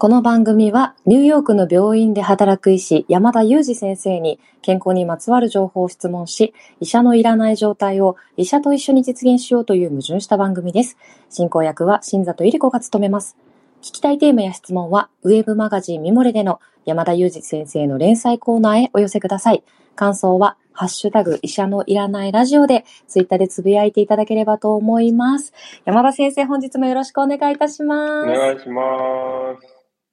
この番組はニューヨークの病院で働く医師山田裕二先生に健康にまつわる情報を質問し、医者のいらない状態を医者と一緒に実現しようという矛盾した番組です。進行役は新里百合子が務めます。聞きたいテーマや質問はウェブマガジンミモレでの山田裕二先生の連載コーナーへお寄せください。感想はハッシュタグ医者のいらないラジオでツイッターでつぶやいていただければと思います。山田先生、本日もよろしくお願いいたします。 お願いします。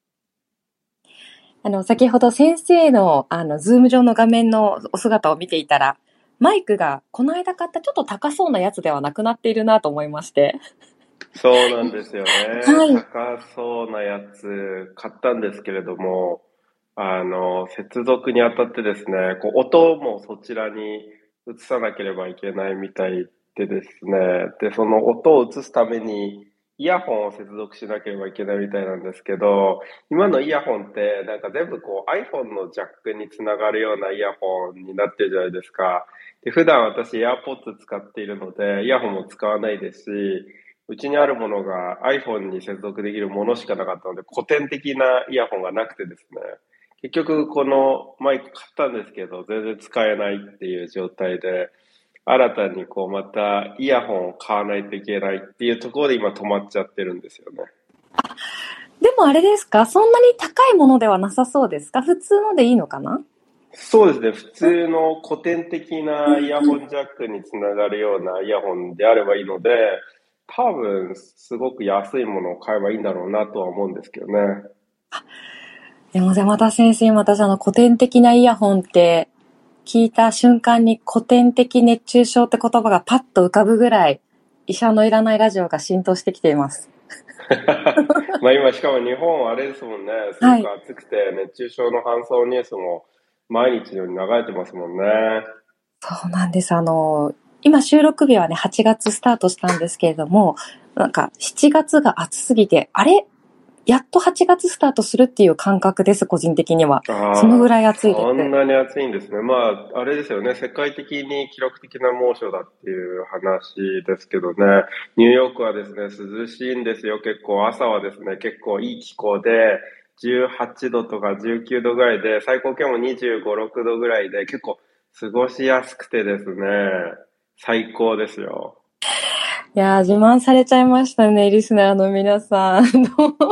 先ほど先生のズーム上の画面のお姿を見ていたら、マイクがこの間買ったちょっと高そうなやつではなくなっているなと思いまして。 そうなんですよね。 はい。 高そうなやつ買ったんですけれども、接続にあたってですね、音もそちらに移さなければいけないみたいでですね、で、その音を移すためにイヤホンを接続しなければいけないみたいなんですけど、今のイヤホンってなんか全部iPhone のジャックにつながるようなイヤホンになってるじゃないですか。で、普段私 AirPods 使っているので、イヤホンも使わないですし、うちにあるものが iPhone に接続できるものしかなかったので、古典的なイヤホンがなくてですね、結局このマイク買ったんですけど、全然使えないっていう状態で、新たにまたイヤホンを買わないといけないっていうところで今止まっちゃってるんですよね。 でもあれですか？そんなに高いものではなさそうですか？普通のでいいのかな？ そうですね。普通の古典的なイヤホンジャックにつながるようなイヤホンであればいいので、多分すごく安いものを買えばいいんだろうなとは思うんですけどね。 でも山田先生、私古典的なイヤホンって聞いた瞬間に古典的熱中症って言葉がパッと浮かぶぐらい、医者のいらないラジオが浸透してきています。 まあ今しかも日本はあれですもんね、すごく暑くて熱中症の搬送ニュースも毎日のように流れてますもんね。 そうなんです。今収録日はね、8月スタートしたんですけれども、なんか7月が暑すぎて、あれやっと8月スタートするっていう感覚です、個人的には。そのぐらい暑いです。 そんなに暑いんですね。まあ、あれですよね。世界的に記録的な猛暑だっていう話ですけどね。ニューヨークはですね、涼しいんですよ。結構朝はですね、結構いい気候で、18度とか19度ぐらいで、最高気温も25、6度ぐらいで、結構過ごしやすくてですね、最高ですよ。 いやー、自慢されちゃいましたね、リスナーの皆さん。羨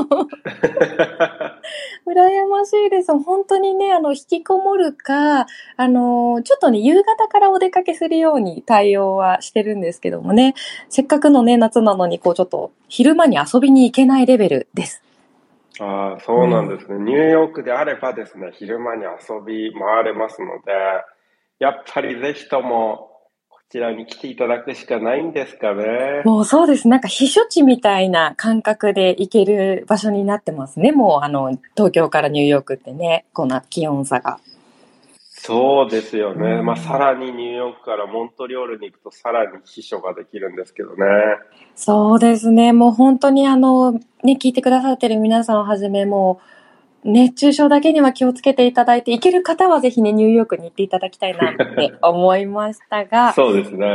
ましいです。本当にね、引きこもるか、ちょっとね、夕方からお出かけするように対応はしてるんですけどもね、せっかくのね、夏なのに、ちょっと、昼間に遊びに行けないレベルです。 ああ、そうなんですね。ニューヨークであればですね、昼間に遊び回れますので、やっぱりぜひともこちらに来ていただくしかないんですかね。 もうそうです。なんか避暑地みたいな感覚で行ける場所になってますね。もう東京からニューヨークってね、こんな気温差が。 そうですよね。まあ、さらにニューヨークからモントリオールに行くとさらに避暑ができるんですけどね。 そうですね。もう本当にね、聞いてくださってる皆さんをはじめ、もう、熱中症だけには気をつけていただいて、行ける方はぜひね、ニューヨークに行っていただきたいなって思いましたが、 そうですね。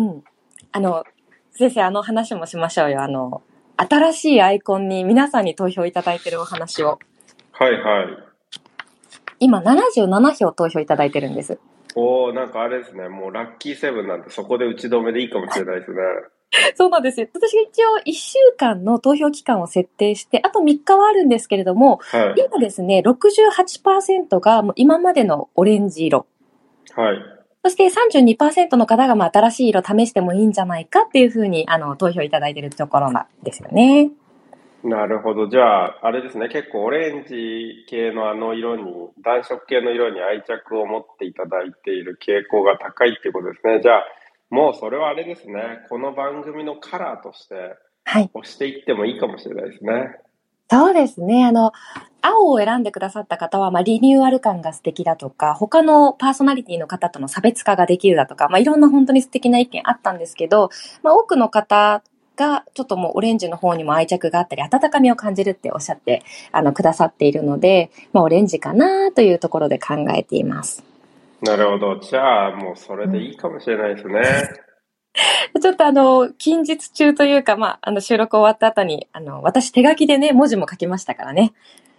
先生、話もしましょうよ。新しいアイコンに皆さんに投票いただいてるお話を。 はいはい。 今、77票投票いただいてるんです。 おー、なんかあれですね。もうラッキーセブンなんでそこで打ち止めでいいかもしれないですね。 そうなんですよ。私が一応1週間の投票期間を設定して、あと3日はあるんですけれども、 はい。 今ですね、68% がもう今までのオレンジ色。 はい。 そして32% の方が新しい色試してもいいんじゃないかっていうふうに投票いただいているところなんですよね。 なるほど。じゃあ、あれですね。結構オレンジ系のあの色に、暖色系の色に愛着を持っていただいている傾向が高いっていうことですね。じゃあ、もうそれはあれですね。この番組のカラーとして押していってもいいかもしれないですね。 そうですね。青を選んでくださった方は、リニューアル感が素敵だとか、他のパーソナリティの方との差別化ができるだとか、いろんな本当に素敵な意見あったんですけど、多くの方がちょっともうオレンジの方にも愛着があったり、温かみを感じるっておっしゃって、くださっているので、オレンジかなというところで考えています。 なるほど。じゃあ、もうそれでいいかもしれないですね。 ちょっと近日中というか、収録終わった後に、私手書きでね、文字も書きましたからね。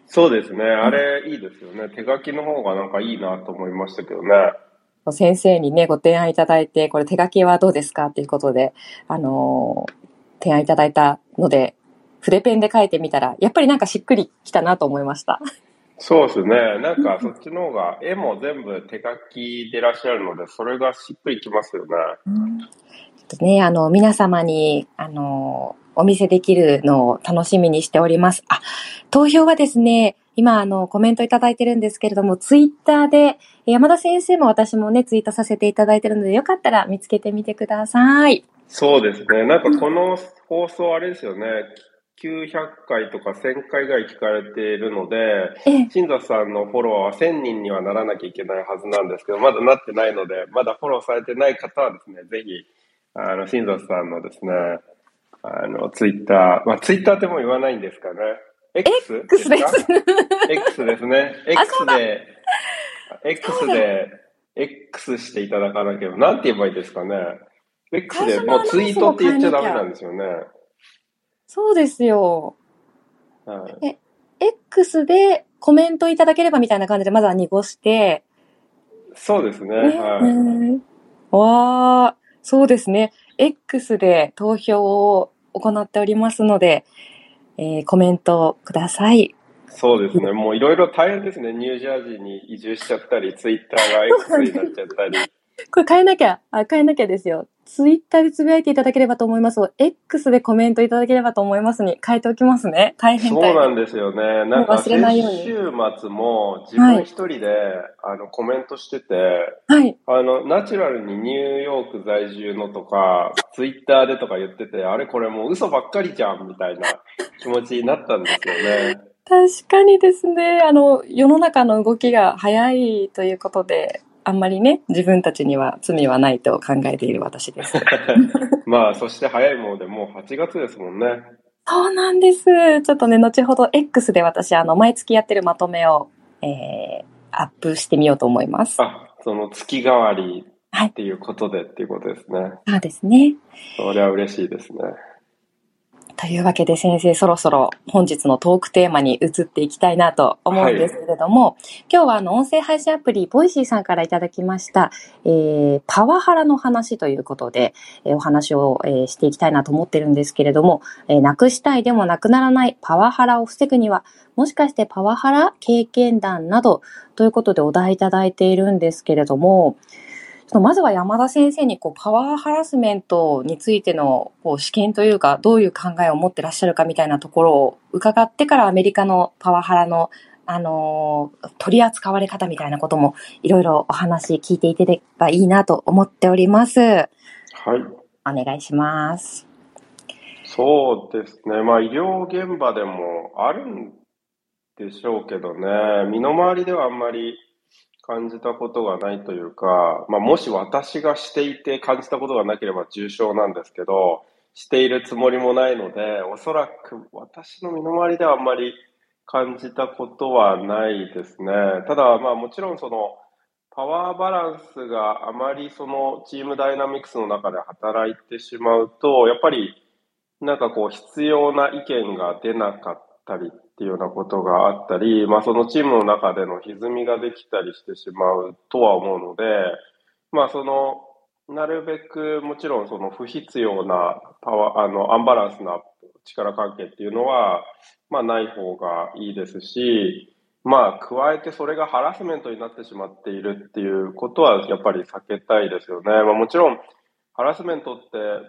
そうですね。あれいいですよね。手書きの方がなんかいいなと思いましたけどね。 先生にね、ご提案いただいて、これ手書きはどうですかっていうことで、提案いただいたので、筆ペンで書いてみたら、やっぱりなんかしっくりきたなと思いました。 そうですね。なんかそっちの方が絵も全部手書きでいらっしゃるので、それがしっくりきますよね。 ね、皆様に、お見せできるのを楽しみにしております。投票はですね、今、コメントいただいてるんですけれども、ツイッターで、山田先生も私もね、ツイートさせていただいてるので、よかったら見つけてみてください。 そうですね。なんかこの放送あれですよね。900回とか1000回ぐらい聞かれているので、新座さんのフォロワーは1000人にはならなきゃいけないはずなんですけど、まだなってないので、まだフォローされてない方はですね、ぜひ、新座さんのですね、ツイッター、まあ、ツイッターってもう言わないんですかね。X ですか？ X ですね。X していただかなければ、なんて言えばいいですかね。X でもうツイートって言っちゃダメなんですよね。 そうですよ。 はい、 X でコメントいただければみたいな感じで、まずは濁して、 そうですね。はい。 わー、そうですね。X で投票を行っておりますので、コメントください。 そうですね。もういろいろ大変ですね。ニュージャージーに移住しちゃったり、ツイッターが X になっちゃったり。 これ変えなきゃですよ。ツイッターでつぶやいていただければと思います。X でコメントいただければと思いますに変えておきますね。大変。 そうなんですよね。なんか先週末も自分一人で、コメントしてて、 はい。 ナチュラルにニューヨーク在住のとか、ツイッターでとか言ってて、あれこれもう嘘ばっかりじゃんみたいな気持ちになったんですよね。 確かにですね。世の中の動きが早いということで、あんまりね、自分たちには罪はないと考えている私です。 まあ、そして早いものでもう8月ですもんね。 そうなんです。ちょっとね、後ほど X で私、毎月やってるまとめを、アップしてみようと思います。 その月替わりっていうことでっていうことですね。 そうですね。 それは嬉しいですね。 というわけで先生、そろそろ本日のトークテーマに移っていきたいなと思うんですけれども、今日は音声配信アプリ、ボイシーさんからいただきました、パワハラの話ということで、お話を、していきたいなと思ってるんですけれども、なくしたいでもなくならないパワハラを防ぐには、もしかしてパワハラ経験談などということでお題いただいているんですけれども、まずは山田先生にパワーハラスメントについての試験というか、どういう考えを持ってらっしゃるかみたいなところを伺ってから、アメリカのパワハラの、取り扱われ方みたいなこともいろいろお話聞いていければいいなと思っております。はい。お願いします。 そうですね。まあ医療現場でもあるんでしょうけどね。身の回りではあんまり感じたことがないというか、まあ、もし私がしていて感じたことがなければ重症なんですけど、しているつもりもないので、おそらく私の身の回りではあんまり感じたことはないですね。ただ、まあもちろんその、パワーバランスがあまりそのチームダイナミクスの中で働いてしまうと、やっぱりなんかこう必要な意見が出なかったりっていうようなことがあったり、まあそのチームの中での歪みができたりしてしまうとは思うので、まあその、なるべくもちろんその不必要なパワー、アンバランスな力関係っていうのは、まあない方がいいですし、まあ加えてそれがハラスメントになってしまっているっていうことはやっぱり避けたいですよね。まあもちろんハラスメントって、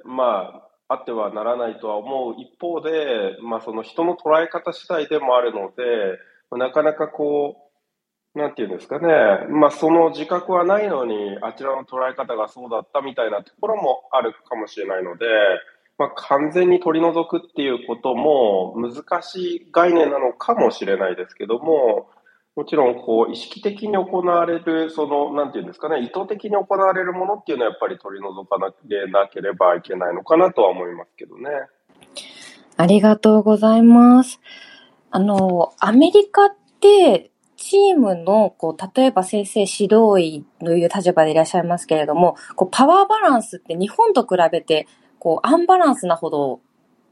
まあ、あってはならないとは思う一方で、まあ、その人の捉え方次第でもあるので、なかなかこう、なんていうんですかね、まあ、その自覚はないのに、あちらの捉え方がそうだったみたいなところもあるかもしれないので、まあ、完全に取り除くっていうことも難しい概念なのかもしれないですけども、もちろん、こう、意識的に行われる、その、なんていうんですかね、意図的に行われるものっていうのはやっぱり取り除かなければいけないのかなとは思いますけどね。 ありがとうございます。アメリカって、チームの、例えば先生指導医という立場でいらっしゃいますけれども、パワーバランスって日本と比べて、アンバランスなほど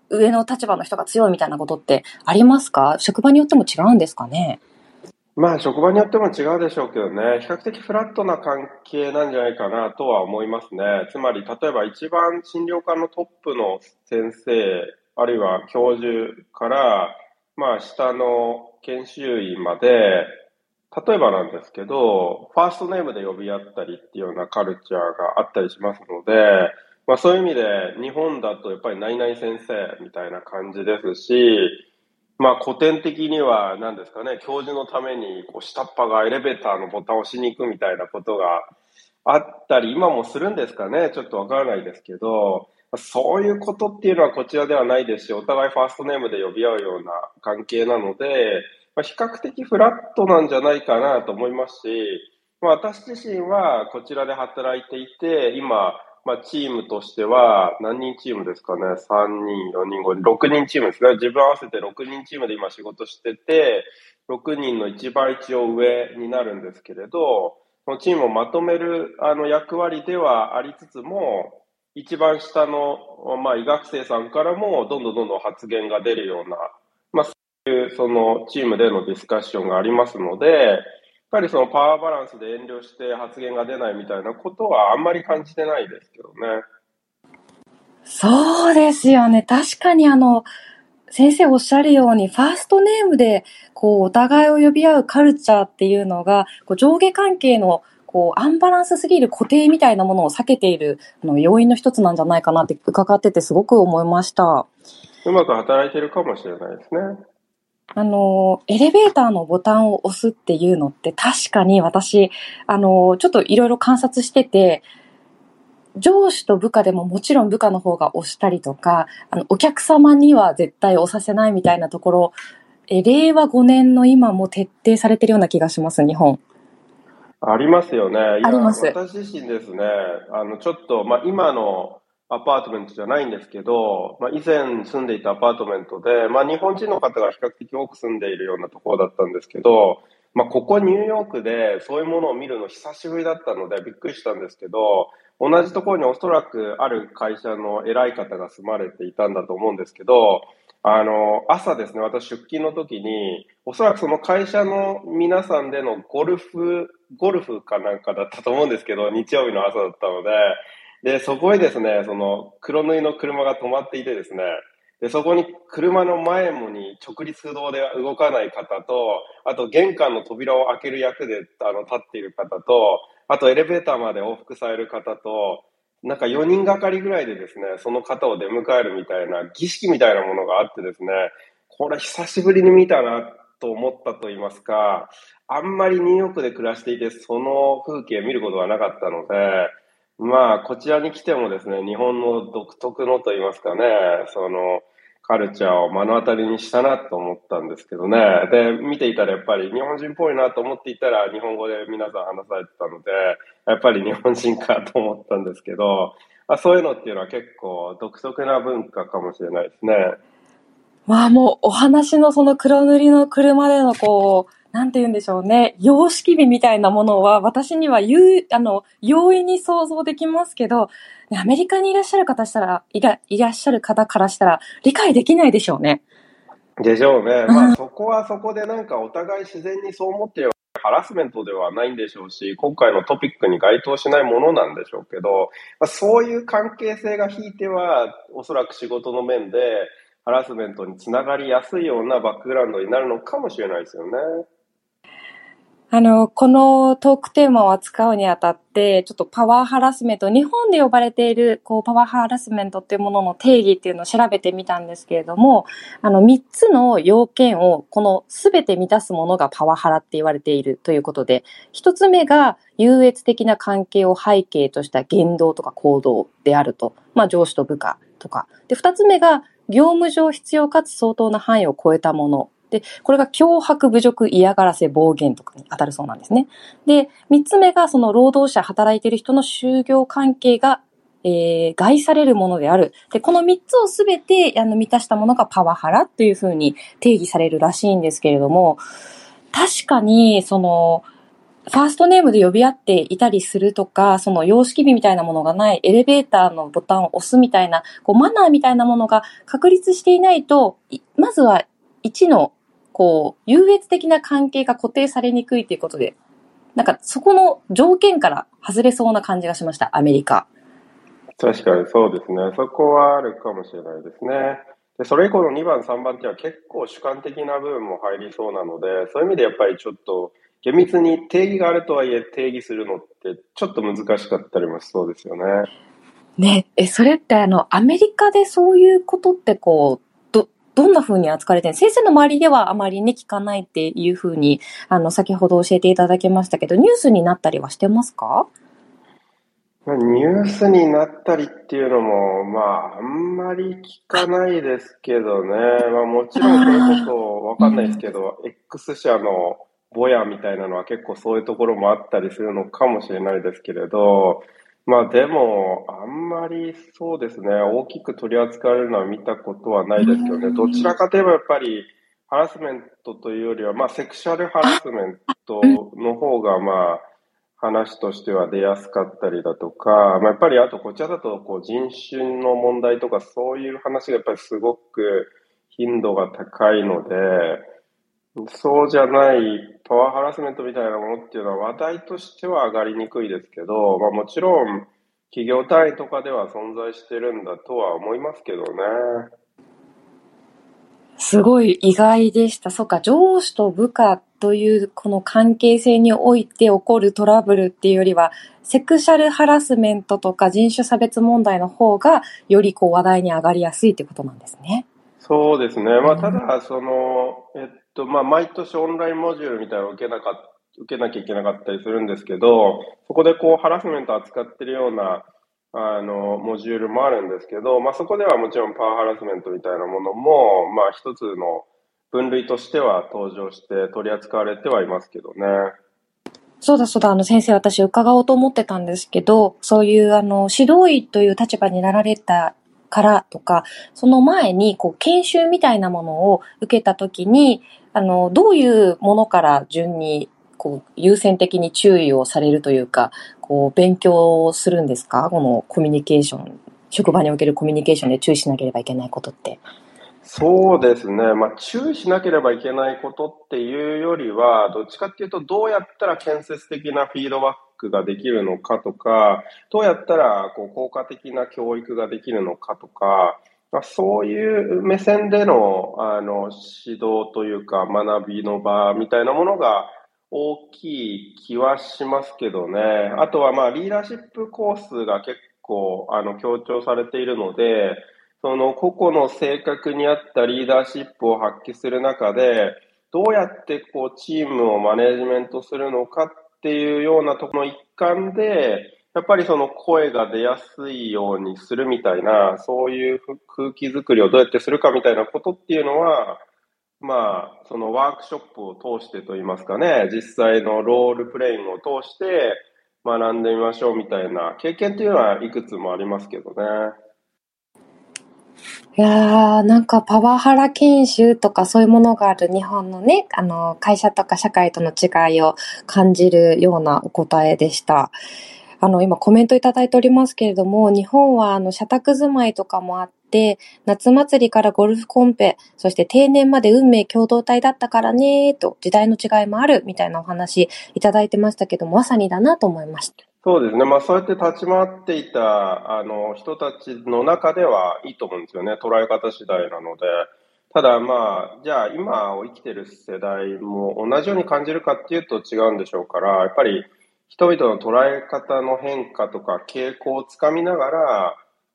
上の立場の人が強いみたいなことってありますか？職場によっても違うんですかね？ まあ、職場によっても違うでしょうけどね、比較的フラットな関係なんじゃないかなとは思いますね。つまり、例えば一番診療科のトップの先生、あるいは教授から、まあ、下の研修医まで、例えばなんですけど、ファーストネームで呼び合ったりっていうようなカルチャーがあったりしますので、まあそういう意味で日本だとやっぱり何々先生みたいな感じですし、まあ古典的には何ですかね、教授のためにこう下っ端がエレベーターのボタンを押しに行くみたいなことがあったり、今もするんですかね、ちょっとわからないですけど、そういうことっていうのはこちらではないですし、お互いファーストネームで呼び合うような関係なので、まあ、比較的フラットなんじゃないかなと思いますし、まあ、私自身はこちらで働いていて、今、まあ、チームとしては何人チームですかね、3人、4人、5人、6人チームですね。自分合わせて6人チームで今仕事してて、6人の一番一応上になるんですけれど、そのチームをまとめる役割ではありつつも、一番下の、まあ、医学生さんからもどんどん発言が出るような、まあ、そのチームでのディスカッションがありますので、やっぱりそのパワーバランスで遠慮して発言が出ないみたいなことはあんまり感じてないですけどね。 そうですよね。確かに先生おっしゃるように、ファーストネームで、お互いを呼び合うカルチャーっていうのが、上下関係の、アンバランスすぎる固定みたいなものを避けている要因の一つなんじゃないかなって伺っててすごく思いました。 うまく働いてるかもしれないですね。 エレベーターのボタンを押すっていうのって確かに私、ちょっといろいろ観察してて、上司と部下でももちろん部下の方が押したりとか、お客様には絶対押させないみたいなところ、令和5年の今も徹底されてるような気がします、日本。 ありますよね。いや、 あります。 私自身ですね、ちょっと、まあ、今のアパートメントじゃないんですけど、まあ、以前住んでいたアパートメントで、まあ、日本人の方が比較的多く住んでいるようなところだったんですけど、まあ、ここニューヨークでそういうものを見るの久しぶりだったのでびっくりしたんですけど、同じところにおそらくある会社の偉い方が住まれていたんだと思うんですけど、朝ですね、私出勤の時に、おそらくその会社の皆さんでのゴルフかなんかだったと思うんですけど、日曜日の朝だったので、そこにですね、その黒塗りの車が止まっていてですね、で、そこに車の前もに直立不動で動かない方と、あと玄関の扉を開ける役で立っている方と、あとエレベーターまで往復される方と、なんか4人がかりぐらいでですね、その方を出迎えるみたいな儀式みたいなものがあってですね、これ久しぶりに見たなと思ったと言いますか、あんまりニューヨークで暮らしていて、その風景見ることはなかったので、まあ、こちらに来てもですね、日本の独特のと言いますかね、その、カルチャーを目の当たりにしたなと思ったんですけどね。で、見ていたらやっぱり日本人っぽいなと思っていたら日本語で皆さん話されてたので、やっぱり日本人かと思ったんですけど、そういうのっていうのは結構独特な文化かもしれないですね。 まあもうお話のその黒塗りの車でのなんて言うんでしょうね、様式美みたいなものは私には容易に想像できますけど、アメリカにいらっしゃる方したら、いらっしゃる方からしたら理解できないでしょうね。 でしょうね。まあそこはそこでなんかお互い自然にそう思ってるハラスメントではないんでしょうし、今回のトピックに該当しないものなんでしょうけど、そういう関係性がひいては、おそらく仕事の面でハラスメントにつながりやすいようなバックグラウンドになるのかもしれないですよね。 このトークテーマを扱うにあたって、ちょっとパワーハラスメント、日本で呼ばれている、パワーハラスメントっていうものの定義っていうのを調べてみたんですけれども、3つの要件を、このすべて満たすものがパワハラって言われているということで、1つ目が優越的な関係を背景とした言動とか行動であると。まあ、上司と部下とか。で、2つ目が業務上必要かつ相当な範囲を超えたもの。で、これが脅迫、侮辱、嫌がらせ、暴言とかに当たるそうなんですね。で、三つ目がその労働者、働いている人の就業関係が、害されるものである。で、この三つをすべて満たしたものがパワハラというふうに定義されるらしいんですけれども、確かに、 ファーストネームで呼び合っていたりするとか、その様式美みたいなものがないエレベーターのボタンを押すみたいな、こうマナーみたいなものが確立していないと、まずは一の、こう、優越的な関係が固定されにくいということで、なんかそこの条件から外れそうな感じがしました、アメリカ。 確かにそうですね。そこはあるかもしれないですね。で、それ以降の2番、3番っていうのは結構主観的な部分も入りそうなので、そういう意味でやっぱりちょっと厳密に定義があるとはいえ定義するのってちょっと難しかったりもしそうですよね。 ね、それってアメリカでそういうことってこう、どんな風に扱われてる？先生の周りではあまりね、聞かないっていう風に、先ほど教えていただきましたけど、ニュースになったりはしてますか？ ニュースになったりっていうのも、あんまり聞かないですけどね。もちろんそれこそわかんないですけど、X 社のボヤみたいなのは結構そういうところもあったりするのかもしれないですけれど、でも、あんまりそうですね、大きく取り扱われるのは見たことはないですけどね。どちらかといえばやっぱり、ハラスメントというよりは、セクシャルハラスメントの方が、話としては出やすかったりだとか、やっぱりあとこちらだとこう人種の問題とかそういう話がやっぱりすごく頻度が高いので、そうじゃないパワーハラスメントみたいなものっていうのは話題としては上がりにくいですけど、もちろん企業単位とかでは存在してるんだとは思いますけどね。 すごい意外でした。そうか、上司と部下というこの関係性において起こるトラブルっていうよりは、セクシャルハラスメントとか人種差別問題の方がよりこう話題に上がりやすいってことなんですね。 そうですね。ただ、毎年オンラインモジュールみたいなのを受けなきゃいけなかったりするんですけど、そこでこう、ハラスメントを扱ってるような、モジュールもあるんですけど、そこではもちろんパワーハラスメントみたいなものも、一つの分類としては登場して取り扱われてはいますけどね。 そうだ、先生、私伺おうと思ってたんですけど、そういう指導医という立場になられたからとか、その前にこう研修みたいなものを受けたときに、どういうものから順にこう優先的に注意をされるというか、こう勉強するんですか？このコミュニケーション、職場におけるコミュニケーションで注意しなければいけないことって。 そうですね。注意しなければいけないことっていうよりは、どっちかっていうと、どうやったら建設的なフィードバックができるのかとか、どうやったらこう効果的な教育ができるのかとか、そういう目線での、指導というか学びの場みたいなものが大きい気はしますけどね。あとはリーダーシップコースが結構強調されているので、その個々の性格に合ったリーダーシップを発揮する中で、どうやってこうチームをマネジメントするのかっていうようなところの一環で、やっぱりその声が出やすいようにするみたいな、そういう空気づくりをどうやってするかみたいなことっていうのは、そのワークショップを通してといいますかね、実際のロールプレイングを通して学んでみましょうみたいな経験っていうのはいくつもありますけどね。 いやー、なんかパワハラ研修とかそういうものがある日本のね、会社とか社会との違いを感じるようなお答えでした。今コメントいただいておりますけれども、日本は社宅住まいとかもあって、夏祭りからゴルフコンペ、そして定年まで運命共同体だったからねと、時代の違いもあるみたいなお話いただいてましたけども、まさにだなと思いました。 そうですね。そうやって立ち回っていた、人たちの中ではいいと思うんですよね。捉え方次第なので。ただじゃあ今を生きてる世代も同じように感じるかっていうと違うんでしょうから、やっぱり人々の捉え方の変化とか傾向をつかみながら、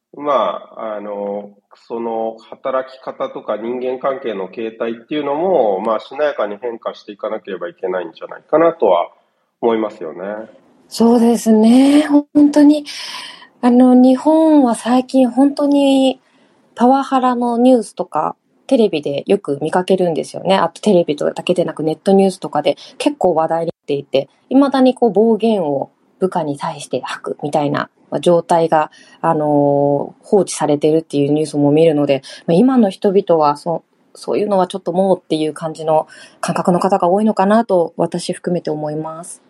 その働き方とか人間関係の形態っていうのも、しなやかに変化していかなければいけないんじゃないかなとは思いますよね。 そうですね。本当に、日本は最近本当にパワハラのニュースとかテレビでよく見かけるんですよね。あとテレビだけでなくネットニュースとかで結構話題になっていて、未だにこう暴言を部下に対して吐くみたいな状態が、放置されているっていうニュースも見るので、今の人々はそういうのはちょっともうっていう感じの感覚の方が多いのかなと私含めて思います。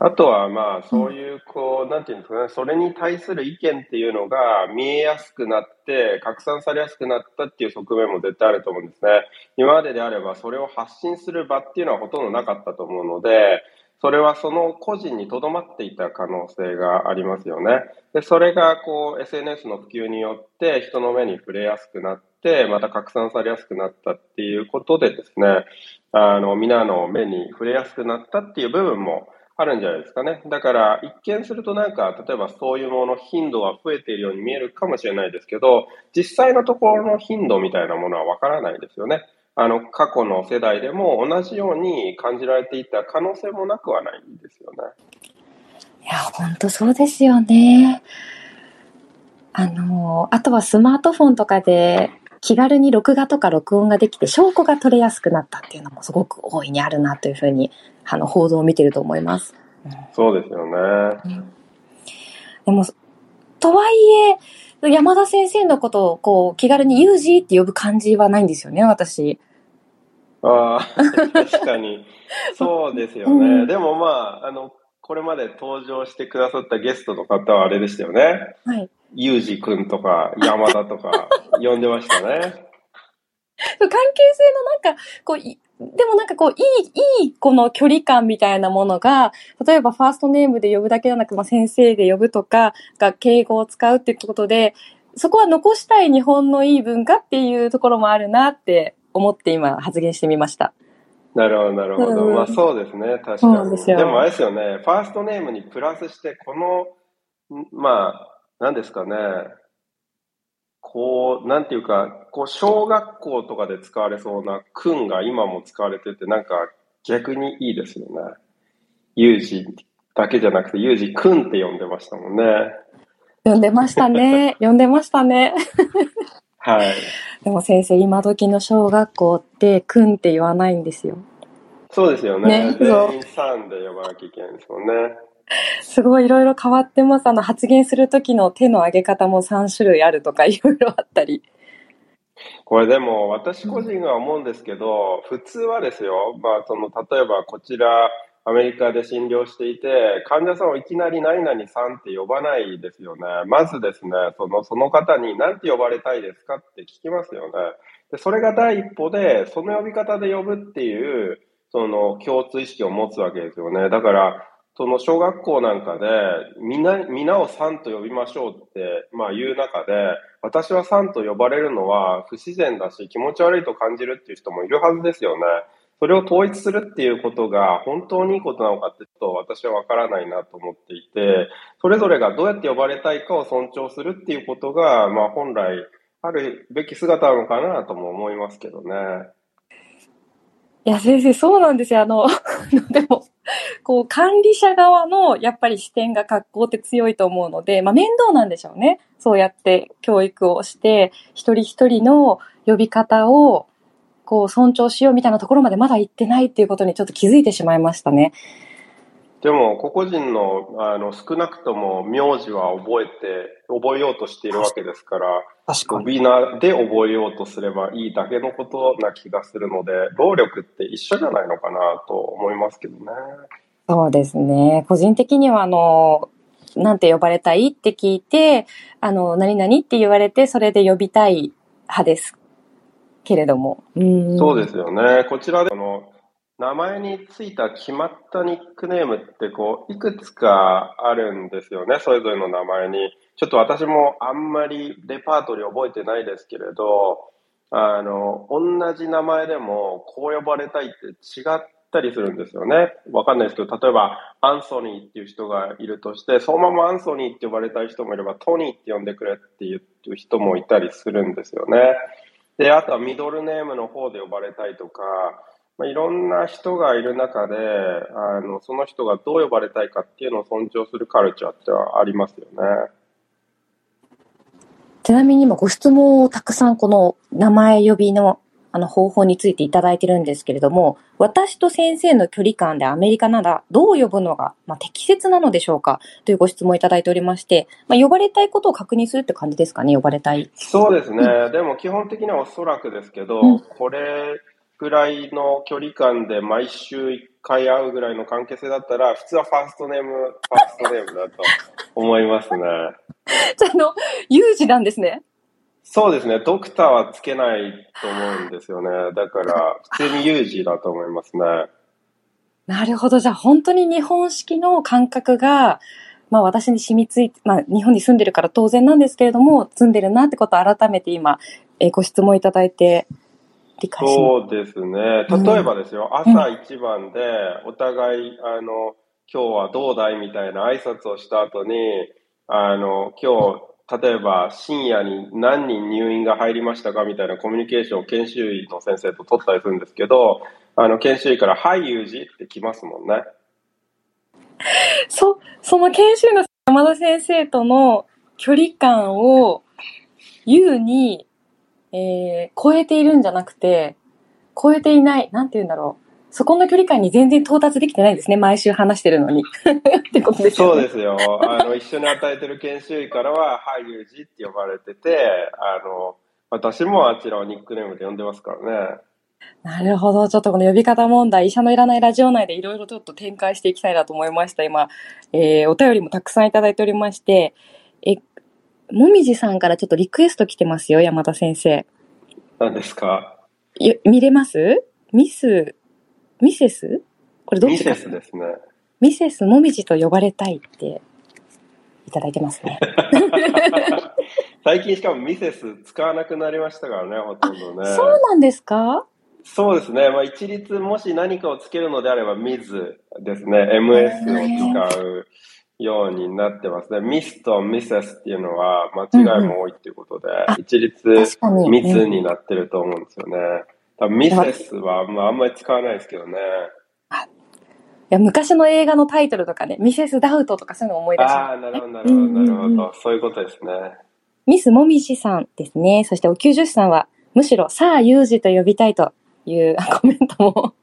あとはまあそういうなんていうんですかね、それに対する意見っていうのが見えやすくなって拡散されやすくなったっていう側面も絶対あると思うんですね。今までであればそれを発信する場っていうのはほとんどなかったと思うので、それはその個人にとどまっていた可能性がありますよね。で、それがSNS の普及によって人の目に触れやすくなって、また拡散されやすくなったっていうことでですね、皆の目に触れやすくなったっていう部分もあるんじゃないですかね。だから一見するとなんか例えばそういうもの頻度は増えているように見えるかもしれないですけど、実際のところの頻度みたいなものはわからないですよね。過去の世代でも同じように感じられていた可能性もなくはないんですよね。 いや、本当そうですよね。あとはスマートフォンとかで気軽に録画とか録音ができて証拠が取れやすくなったっていうのもすごく大いにあるなというふうに報道を見てると思います。 そうですよね。 でもとはいえ山田先生のことを気軽にユージって呼ぶ感じはないんですよね、私。 ああ、確かにそうですよね。でもまあこれまで登場してくださったゲストの方はあれでしたよね。 はい。 ユージくんとか山田とか呼んでましたね。 関係性のでもいいこの距離感みたいなものが、例えばファーストネームで呼ぶだけではなく、先生で呼ぶとか、敬語を使うっていうことで、そこは残したい日本のいい文化っていうところもあるなって思って今発言してみました。 なるほど、なるほど。まあそうですね、確そうなかに。 んですよ。 でもあれですよね、ファーストネームにプラスして、まあ、なんですかね、なんていうか、小学校とかで使われそうなくんが今も使われてて、なんか逆にいいですよね。ユージだけじゃなくて、ユージくんって呼んでましたもんね。 呼んでましたね。呼んでましたね。 はい。 でも先生、今時の小学校ってくんって言わないんですよ。 そうですよね。全員さんで呼ばなきゃいけないんですもんね。 すごいいろいろ変わってます。発言する時の手の上げ方も3種類あるとかいろいろあったり。 これでも私個人は思うんですけど、普通はですよ、例えばこちらアメリカで診療していて、患者さんをいきなり何々さんって呼ばないですよね。まずですね、その方に何て呼ばれたいですかって聞きますよね。で、それが第一歩で、その呼び方で呼ぶっていう、その共通意識を持つわけですよね。だから、その小学校なんかで、皆をさんと呼びましょうって、言う中で、私はさんと呼ばれるのは不自然だし気持ち悪いと感じるっていう人もいるはずですよね。それを統一するっていうことが本当にいいことなのかってちょっと私はわからないなと思っていて、それぞれがどうやって呼ばれたいかを尊重するっていうことが、本来あるべき姿なのかなとも思いますけどね。 いや、先生、そうなんですよ。でも、管理者側の、やっぱり視点が学校って強いと思うので、面倒なんでしょうね。そうやって教育をして、一人一人の呼び方を、尊重しようみたいなところまでまだ行ってないっていうことにちょっと気づいてしまいましたね。 でも、個々人の、少なくとも名字は覚えようとしているわけですから、呼び名で覚えようとすればいいだけのことな気がするので、労力って一緒じゃないのかなと思いますけどね。 そうですね。個人的には、なんて呼ばれたいって聞いて、何々って言われて、それで呼びたい派ですけれども。 そうですよね。こちらで、名前についた決まったニックネームっていくつかあるんですよね。それぞれの名前に。ちょっと私もあんまりレパートリー覚えてないですけれど、同じ名前でもこう呼ばれたいって違ったりするんですよね。わかんないですけど、例えばアンソニーっていう人がいるとして、そのままアンソニーって呼ばれたい人もいれば、トニーって呼んでくれっていう人もいたりするんですよね。で、あとはミドルネームの方で呼ばれたいとか、いろんな人がいる中で、その人がどう呼ばれたいかっていうのを尊重するカルチャーってありますよね。 ちなみに今ご質問をたくさんこの名前呼びの方法についていただいてるんですけれども、私と先生の距離感でアメリカならどう呼ぶのが、適切なのでしょうかというご質問いただいておりまして、呼ばれたいことを確認するって感じですかね、呼ばれたい。 そうですね。でも基本的にはおそらくですけど、これぐらいの距離感で毎週1 い合うぐらいの関係性だったら、普通はファーストネームだと思いますね。 じゃあ、ユージなんですね。 そうですね。ドクターはつけないと思うんですよね。だから、普通にユージだと思いますね。 なるほど。じゃあ、本当に日本式の感覚が、私に染みついて、日本に住んでるから当然なんですけれども、住んでるなってことを改めて今、ご質問いただいて理解しまそうですね。例えばですよ、朝一番でお互い、今日はどうだいみたいな挨拶をした後に、今日、例えば深夜に何人入院が入りましたかみたいなコミュニケーションを研修医の先生と取ったりするんですけど、研修医から、はい、ユージって来ますもんね。 その研修の山田先生との距離感を優に、超えているんじゃなくて、超えていない、なんて言うんだろう。そこの距離感に全然到達できてないんですね。毎週話してるのに。ってことですよね。 そうですよ。一緒に与えてる研修医からは、はい、ユージって呼ばれてて、私もあちらをニックネームで呼んでますからね。 なるほど。ちょっとこの呼び方問題、医者のいらないラジオ内でいろいろちょっと展開していきたいなと思いました。今、お便りもたくさんいただいておりまして、もみじさんからちょっとリクエスト来てますよ、山田先生。 何ですか？ 見れます？ミセス？これどっちか？ ミセスですね。 ミセスもみじと呼ばれたいっていただいてますね。 最近しかもミセス使わなくなりましたからね、ほとんどね。 そうなんですか？ そうですね。一律もし何かをつけるのであればミズですね。MS を使うようになってますね。ミスとミセスっていうのは間違いも多いっていうことで、一律ミズになってると思うんですよね。多分ミセスはあんまり使わないですけどね。 いや、昔の映画のタイトルとかね、ミセスダウトとかそういうのを思い出します、ね。 ああ、なるほど、なるほど。そういうことですね。 ミスもみじさんですね。そしてお90さんは、むしろ、さあ、ユージと呼びたいというコメントも。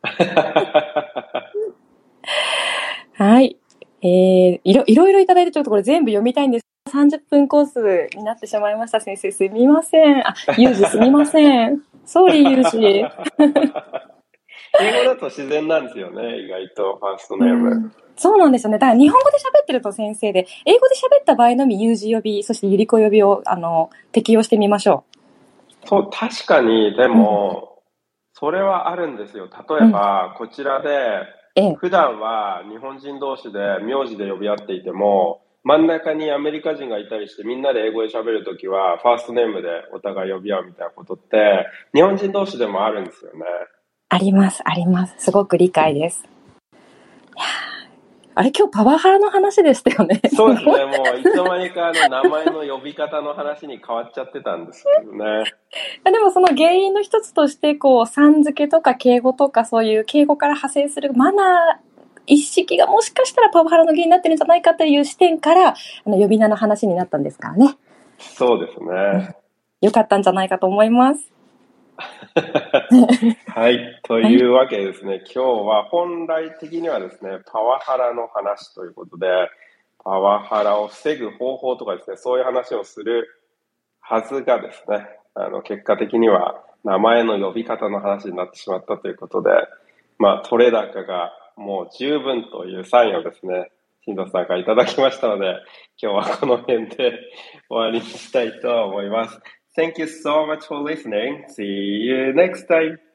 はい。いろいろいただいてちょっとこれ全部読みたいんです。30分コースになってしまいました。先生、すみません。ユージすみません。ソーリーユージ。 英語だと自然なんですよね、意外とファーストネーム。 そうなんですよね。だから日本語で喋ってると先生で、英語で喋った場合のみユージ呼び、そしてゆりこ呼びを適用してみましょう。そう、確かに、でも、それはあるんですよ。例えば、こちらで、普段は日本人同士で名字で呼び合っていても、真ん中にアメリカ人がいたりしてみんなで英語で喋るときはファーストネームでお互い呼び合うみたいなことって日本人同士でもあるんですよね。 あります。すごく理解です。いやあれ今日パワハラの話でしたよね。 そうですね。もういつの間にか名前の呼び方の話に変わっちゃってたんですけどね。 でもその原因の一つとしてさん付けとか敬語とかそういう敬語から派生するマナー一式がもしかしたらパワハラの原因になってるんじゃないかという視点から呼び名の話になったんですからね。 そうですね。 よかったんじゃないかと思います。 はい。というわけでですね、今日は本来的にはですね、パワハラの話ということで、パワハラを防ぐ方法とかですね、そういう話をするはずがですね、結果的には名前の呼び方の話になってしまったということで、取れ高がもう十分というサインをですね、新藤さんからいただきましたので、今日はこの辺で終わりにしたいと思います。Thank you so much for listening. See you next time.